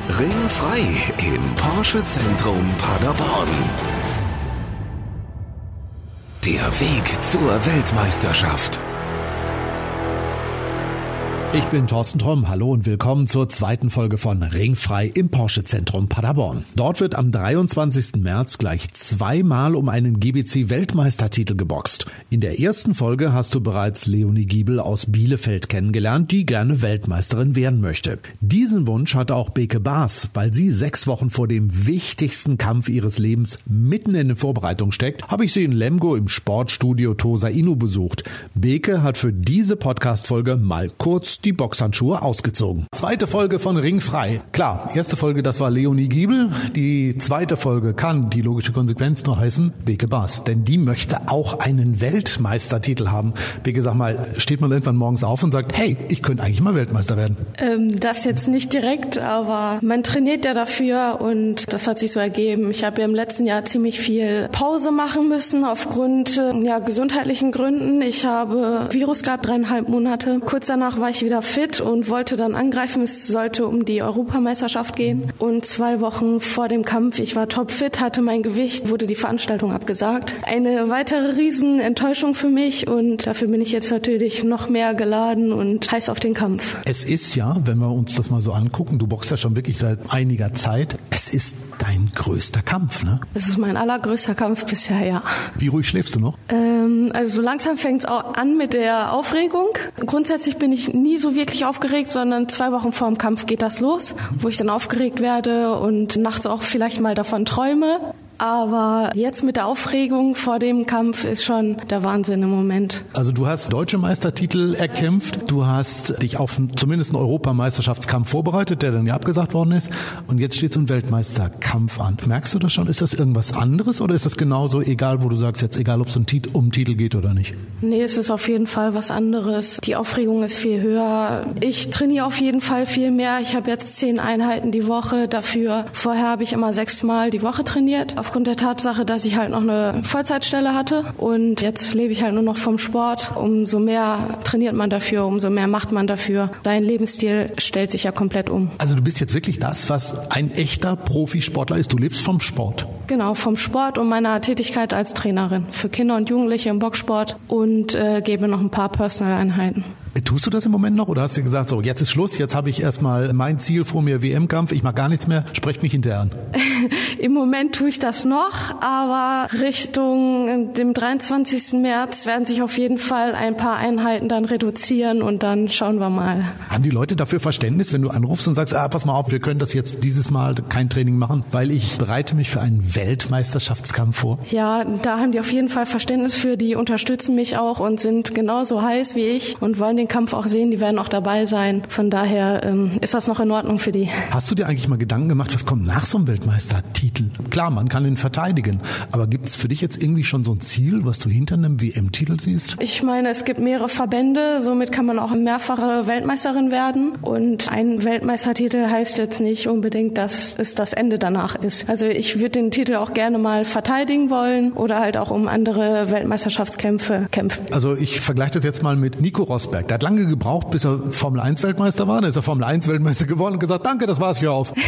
Ringfrei im Porsche Zentrum Paderborn. Der Weg zur Weltmeisterschaft. Ich bin Thorsten Tromm, hallo und willkommen zur zweiten Folge von Ringfrei im Porsche Zentrum Paderborn. Dort wird am 23. März gleich zweimal um einen GBC-Weltmeistertitel geboxt. In der ersten Folge hast du bereits Leonie Giebel aus Bielefeld kennengelernt, die gerne Weltmeisterin werden möchte. Diesen Wunsch hatte auch Beke Baas, weil sie 6 Wochen vor dem wichtigsten Kampf ihres Lebens mitten in der Vorbereitung steckt, habe ich sie in Lemgo im Sportstudio Tosa Inu besucht. Beke hat für diese Podcast-Folge mal kurz die Boxhandschuhe ausgezogen. Zweite Folge von Ringfrei. Klar, erste Folge, das war Leonie Giebel. Die zweite Folge kann die logische Konsequenz nur heißen, Beke Baas. Denn die möchte auch einen Weltmeistertitel haben. Beke, sag mal, steht man irgendwann morgens auf und sagt, hey, ich könnte eigentlich mal Weltmeister werden? Das jetzt nicht direkt, aber man trainiert ja dafür und das hat sich so ergeben. Ich habe ja im letzten Jahr ziemlich viel Pause machen müssen aufgrund gesundheitlichen Gründen. Ich habe Virus gehabt, 3,5 Monate. Kurz danach war ich wieder fit und wollte dann angreifen. Es sollte um die Europameisterschaft gehen. Und 2 Wochen vor dem Kampf, ich war topfit, hatte mein Gewicht, wurde die Veranstaltung abgesagt. Eine weitere Riesenenttäuschung für mich und dafür bin ich jetzt natürlich noch mehr geladen und heiß auf den Kampf. Es ist ja, wenn wir uns das mal so angucken, du boxst ja schon wirklich seit einiger Zeit, es ist dein größter Kampf, ne? Es ist mein allergrößter Kampf bisher, ja. Wie ruhig schläfst du noch? Also so langsam fängt es auch an mit der Aufregung. Grundsätzlich bin ich nie so wirklich aufgeregt, sondern 2 Wochen vor dem Kampf geht das los, wo ich dann aufgeregt werde und nachts auch vielleicht mal davon träume. Aber jetzt mit der Aufregung vor dem Kampf ist schon der Wahnsinn im Moment. Also du hast deutsche Meistertitel erkämpft, du hast dich auf zumindest einen Europameisterschaftskampf vorbereitet, der dann ja abgesagt worden ist und jetzt steht so ein Weltmeisterkampf an. Merkst du das schon? Ist das irgendwas anderes oder ist das genauso egal, wo du sagst jetzt, egal ob es um Titel geht oder nicht? Nee, es ist auf jeden Fall was anderes. Die Aufregung ist viel höher. Ich trainiere auf jeden Fall viel mehr. Ich habe jetzt 10 Einheiten die Woche dafür. Vorher habe ich immer 6 Mal die Woche trainiert. Aufgrund der Tatsache, dass ich halt noch eine Vollzeitstelle hatte und jetzt lebe ich halt nur noch vom Sport. Umso mehr trainiert man dafür, umso mehr macht man dafür. Dein Lebensstil stellt sich ja komplett um. Also du bist jetzt wirklich das, was ein echter Profisportler ist. Du lebst vom Sport. Genau, vom Sport und meiner Tätigkeit als Trainerin für Kinder und Jugendliche im Boxsport und gebe noch ein paar Personal-Einheiten. Tust du das im Moment noch oder hast du gesagt, so jetzt ist Schluss, jetzt habe ich erstmal mein Ziel vor mir, WM-Kampf, ich mache gar nichts mehr, sprecht mich hinterher an? Im Moment tue ich das noch, aber Richtung dem 23. März werden sich auf jeden Fall ein paar Einheiten dann reduzieren und dann schauen wir mal. Haben die Leute dafür Verständnis, wenn du anrufst und sagst, pass mal auf, wir können das jetzt dieses Mal kein Training machen, weil ich bereite mich für einen Weltmeisterschaftskampf vor? Ja, da haben die auf jeden Fall Verständnis für, die unterstützen mich auch und sind genauso heiß wie ich und wollen den Kampf auch sehen, die werden auch dabei sein. Von daher ist das noch in Ordnung für die. Hast du dir eigentlich mal Gedanken gemacht, was kommt nach so einem Weltmeistertitel? Klar, man kann ihn verteidigen, aber gibt es für dich jetzt irgendwie schon so ein Ziel, was du hinter einem WM-Titel siehst? Ich meine, es gibt mehrere Verbände, somit kann man auch mehrfache Weltmeisterin werden und ein Weltmeistertitel heißt jetzt nicht unbedingt, dass es das Ende danach ist. Also ich würde den Titel auch gerne mal verteidigen wollen oder halt auch um andere Weltmeisterschaftskämpfe kämpfen. Also ich vergleiche das jetzt mal mit Nico Rosberg. Der hat lange gebraucht, bis er Formel-1-Weltmeister war. Dann ist er Formel-1-Weltmeister geworden und gesagt, danke, das war's, hör auf.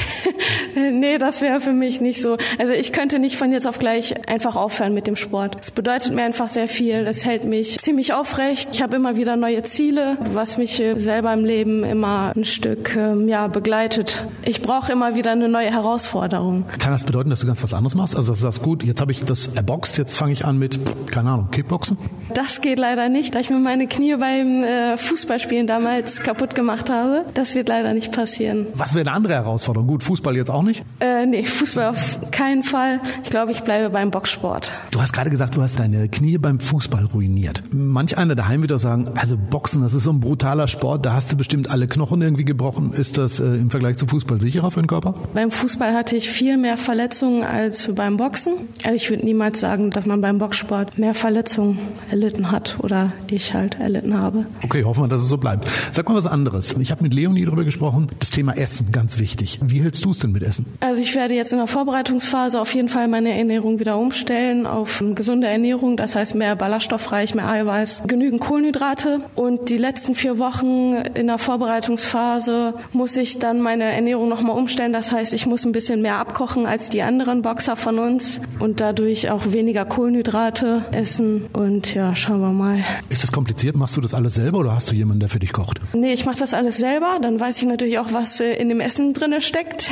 Nee, das wäre für mich nicht so. Also ich könnte nicht von jetzt auf gleich einfach aufhören mit dem Sport. Es bedeutet mir einfach sehr viel. Es hält mich ziemlich aufrecht. Ich habe immer wieder neue Ziele, was mich selber im Leben immer ein Stück begleitet. Ich brauche immer wieder eine neue Herausforderung. Kann das bedeuten, dass du ganz was anderes machst? Also du sagst, gut, jetzt habe ich das erboxt, jetzt fange ich an mit, keine Ahnung, Kickboxen? Das geht leider nicht, da ich mir meine Knie beim Fußballspielen damals kaputt gemacht habe. Das wird leider nicht passieren. Was wäre eine andere Herausforderung? Gut, Fußball jetzt auch nicht? Nee, Fußball auf keinen Fall. Ich glaube, ich bleibe beim Boxsport. Du hast gerade gesagt, du hast deine Knie beim Fußball ruiniert. Manch einer daheim wird doch sagen, also Boxen, das ist so ein brutaler Sport, da hast du bestimmt alle Knochen irgendwie gebrochen. Ist das im Vergleich zu Fußball sicherer für den Körper? Beim Fußball hatte ich viel mehr Verletzungen als beim Boxen. Also ich würde niemals sagen, dass man beim Boxsport mehr Verletzungen erlitten hat oder ich halt erlitten habe. Okay, hoffen wir, dass es so bleibt. Sag mal was anderes. Ich habe mit Leonie darüber gesprochen, das Thema Essen, ganz wichtig. Wie hältst du es denn mit Essen? Also ich werde jetzt in der Vorbereitungsphase auf jeden Fall meine Ernährung wieder umstellen auf gesunde Ernährung, das heißt mehr ballaststoffreich, mehr Eiweiß, genügend Kohlenhydrate. Und die letzten 4 Wochen in der Vorbereitungsphase muss ich dann meine Ernährung nochmal umstellen. Das heißt, ich muss ein bisschen mehr abkochen als die anderen Boxer von uns und dadurch auch weniger Kohlenhydrate essen. Und ja, schauen wir mal. Ist das kompliziert? Machst du das alles selber oder hast du jemanden, der für dich kocht? Nee, ich mache das alles selber. Dann weiß ich natürlich auch, was in dem Essen drinne steckt,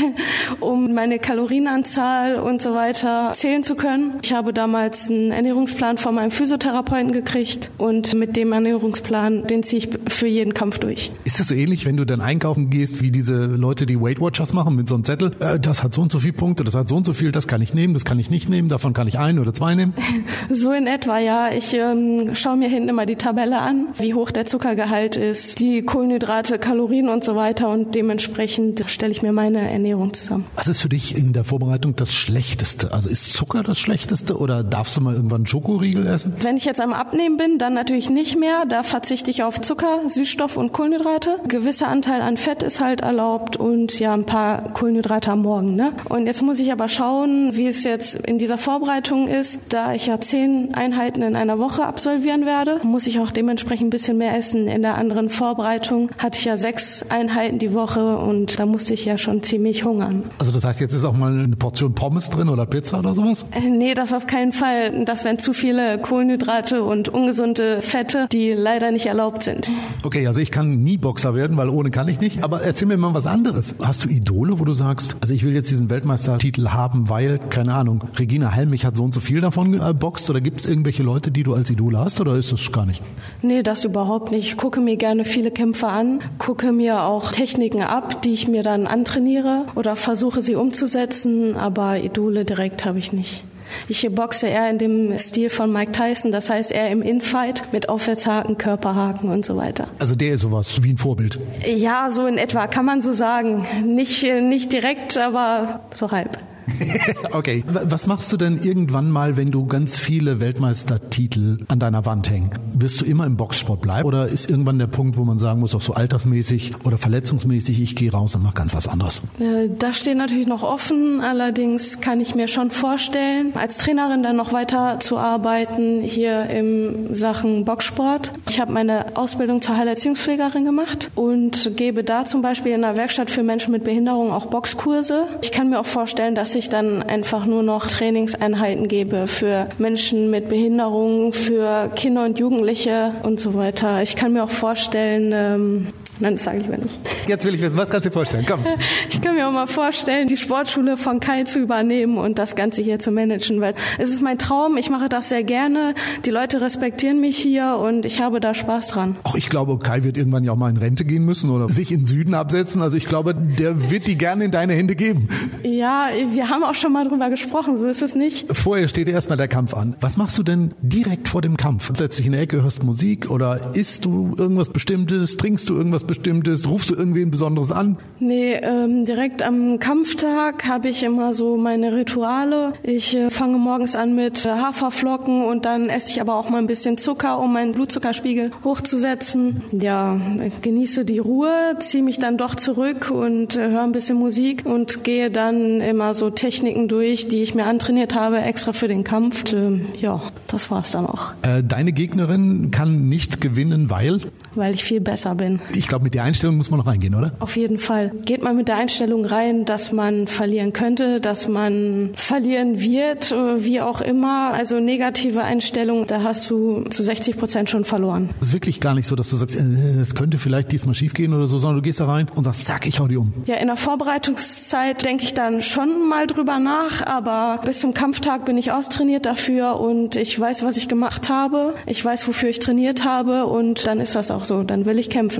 um meine Kalorienanzahl und so weiter zählen zu können. Ich habe damals einen Ernährungsplan von meinem Physiotherapeuten gekriegt und mit dem Ernährungsplan, den ziehe ich für jeden Kampf durch. Ist das so ähnlich, wenn du dann einkaufen gehst, wie diese Leute, die Weight Watchers machen, mit so einem Zettel? Das hat so und so viele Punkte, das hat so und so viel, das kann ich nehmen, das kann ich nicht nehmen, davon kann ich 1 oder 2 nehmen? So in etwa, ja. Ich schaue mir hinten immer die Tabelle an, wie hoch der Zuckergehalt ist, die Kohlenhydrate, Kalorien und so weiter und dementsprechend stelle ich mir meine Ernährung zusammen. Was ist für dich in der Vorbereitung das Schlechteste? Also ist Zucker das Schlechteste oder darfst du mal irgendwann einen Schokoriegel essen? Wenn ich jetzt am Abnehmen bin, dann natürlich nicht mehr. Da verzichte ich auf Zucker, Süßstoff und Kohlenhydrate. Ein gewisser Anteil an Fett ist halt erlaubt und ja, ein paar Kohlenhydrate am Morgen, ne? Und jetzt muss ich aber schauen, wie es jetzt in dieser Vorbereitung ist. Da ich ja 10 Einheiten in einer Woche absolvieren werde, muss ich auch dementsprechend ein bisschen mehr essen. In der anderen Vorbereitung hatte ich ja 6 Einheiten die Woche und da musste ich ja schon ziemlich hungern. Also das heißt, jetzt ist auch mal eine Portion Pommes drin oder Pizza oder sowas? Nee, das auf keinen Fall. Das wären zu viele Kohlenhydrate und ungesunde Fette, die leider nicht erlaubt sind. Okay, also ich kann nie Boxer werden, weil ohne kann ich nicht. Aber erzähl mir mal was anderes. Hast du Idole, wo du sagst, also ich will jetzt diesen Weltmeistertitel haben, weil, keine Ahnung, Regina Halmich hat so und so viel davon boxt, oder gibt es irgendwelche Leute, die du als Idole hast, oder ist das gar nicht? Nee, das überhaupt nicht. Ich gucke mir gerne viele Kämpfe an, gucke mir auch Techniken ab, die ich mir dann antrainiere oder versuche sie umzusetzen, aber Idole direkt habe ich nicht. Ich boxe eher in dem Stil von Mike Tyson, das heißt eher im Infight mit Aufwärtshaken, Körperhaken und so weiter. Also der ist sowas wie ein Vorbild? Ja, so in etwa, kann man so sagen. Nicht direkt, aber so halb. Okay. Was machst du denn irgendwann mal, wenn du ganz viele Weltmeistertitel an deiner Wand hängen? Wirst du immer im Boxsport bleiben? Oder ist irgendwann der Punkt, wo man sagen muss, auch so altersmäßig oder verletzungsmäßig, ich gehe raus und mache ganz was anderes? Das steht natürlich noch offen. Allerdings kann ich mir schon vorstellen, als Trainerin dann noch weiter zu arbeiten hier in Sachen Boxsport. Ich habe meine Ausbildung zur Heilerziehungspflegerin gemacht und gebe da zum Beispiel in der Werkstatt für Menschen mit Behinderung auch Boxkurse. Ich kann mir auch vorstellen, dass ich dann einfach nur noch Trainingseinheiten gebe für Menschen mit Behinderung, für Kinder und Jugendliche und so weiter. Ich kann mir auch vorstellen, nein, das sage ich mal nicht. Jetzt will ich wissen, was kannst du dir vorstellen? Komm. Ich kann mir auch mal vorstellen, die Sportschule von Kai zu übernehmen und das Ganze hier zu managen, weil es ist mein Traum, ich mache das sehr gerne, die Leute respektieren mich hier und ich habe da Spaß dran. Auch ich glaube, Kai wird irgendwann ja auch mal in Rente gehen müssen oder sich in den Süden absetzen, also ich glaube, der wird die gerne in deine Hände geben. Ja, wir haben auch schon mal drüber gesprochen, so ist es nicht. Vorher steht erstmal der Kampf an. Was machst du denn direkt vor dem Kampf? Setzt dich in der Ecke, hörst Musik oder isst du irgendwas Bestimmtes, trinkst du irgendwas Bestimmtes, rufst du irgendwen Besonderes an? Nee, direkt am Kampftag habe ich immer so meine Rituale. Ich fange morgens an mit Haferflocken und dann esse ich aber auch mal ein bisschen Zucker, um meinen Blutzuckerspiegel hochzusetzen. Ja, genieße die Ruhe, ziehe mich dann doch zurück und höre ein bisschen Musik und gehe dann immer so Techniken durch, die ich mir antrainiert habe, extra für den Kampf. Ja, das war's dann auch. Deine Gegnerin kann nicht gewinnen, weil? Weil ich viel besser bin. Ich glaube, mit der Einstellung muss man noch reingehen, oder? Auf jeden Fall. Geht man mit der Einstellung rein, dass man verlieren könnte, dass man verlieren wird, wie auch immer. Also negative Einstellung, da hast du zu 60% schon verloren. Es ist wirklich gar nicht so, dass du sagst, es könnte vielleicht diesmal schief gehen oder so, sondern du gehst da rein und sagst, zack, ich hau die um. Ja, in der Vorbereitungszeit denke ich dann schon mal drüber nach, aber bis zum Kampftag bin ich austrainiert dafür und ich weiß, was ich gemacht habe. Ich weiß, wofür ich trainiert habe und dann ist das auch so. Dann will ich kämpfen. Ja gut,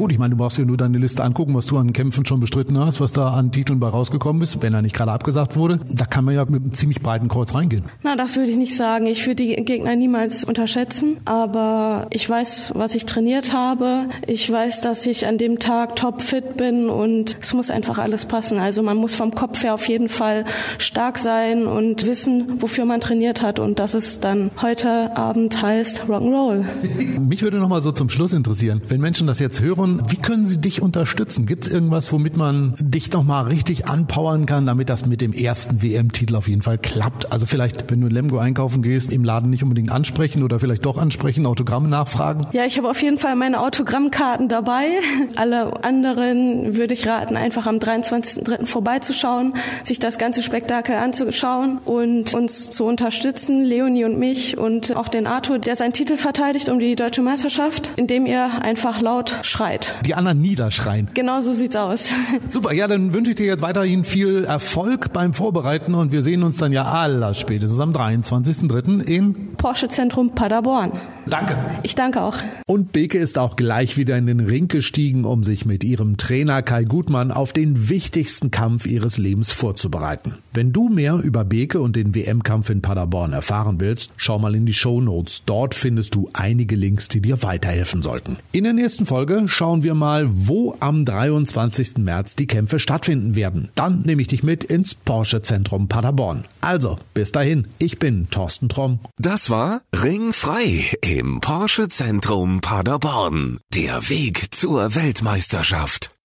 gut, ich meine, du brauchst dir nur deine Liste angucken, was du an Kämpfen schon bestritten hast, was da an Titeln bei rausgekommen ist, wenn er nicht gerade abgesagt wurde. Da kann man ja mit einem ziemlich breiten Kreuz reingehen. Na, das würde ich nicht sagen. Ich würde die Gegner niemals unterschätzen, aber ich weiß, was ich trainiert habe. Ich weiß, dass ich an dem Tag topfit bin und es muss einfach alles passen. Also man muss vom Kopf her auf jeden Fall stark sein und wissen, wofür man trainiert hat und dass es dann heute Abend heißt Rock'n'Roll. Mich würde noch mal so zum Schluss interessieren, wenn Menschen das jetzt hören, wie können sie dich unterstützen? Gibt es irgendwas, womit man dich noch mal richtig anpowern kann, damit das mit dem ersten WM-Titel auf jeden Fall klappt? Also vielleicht, wenn du in Lemgo einkaufen gehst, im Laden nicht unbedingt ansprechen oder vielleicht doch ansprechen, Autogramme nachfragen? Ja, ich habe auf jeden Fall meine Autogrammkarten dabei. Alle anderen würde ich raten, einfach am 23.03. vorbeizuschauen, sich das ganze Spektakel anzuschauen und uns zu unterstützen, Leonie und mich und auch den Arthur, der seinen Titel verteidigt um die deutsche Meisterschaft, indem ihr einfach laut schreit. Die anderen niederschreien. Genau so sieht's aus. Super, ja, dann wünsche ich dir jetzt weiterhin viel Erfolg beim Vorbereiten und wir sehen uns dann ja allerspätestens am 23.03. in Porsche Zentrum Paderborn. Danke. Ich danke auch. Und Beke ist auch gleich wieder in den Ring gestiegen, um sich mit ihrem Trainer Kai Gutmann auf den wichtigsten Kampf ihres Lebens vorzubereiten. Wenn du mehr über Beke und den WM-Kampf in Paderborn erfahren willst, schau mal in die Shownotes. Dort findest du einige Links, die dir weiterhelfen sollten. In der nächsten Folge schauen wir mal, wo am 23. März die Kämpfe stattfinden werden. Dann nehme ich dich mit ins Porsche Zentrum Paderborn. Also, bis dahin, ich bin Thorsten Tromm. Das war Ringfrei im Porsche Zentrum Paderborn. Der Weg zur Weltmeisterschaft.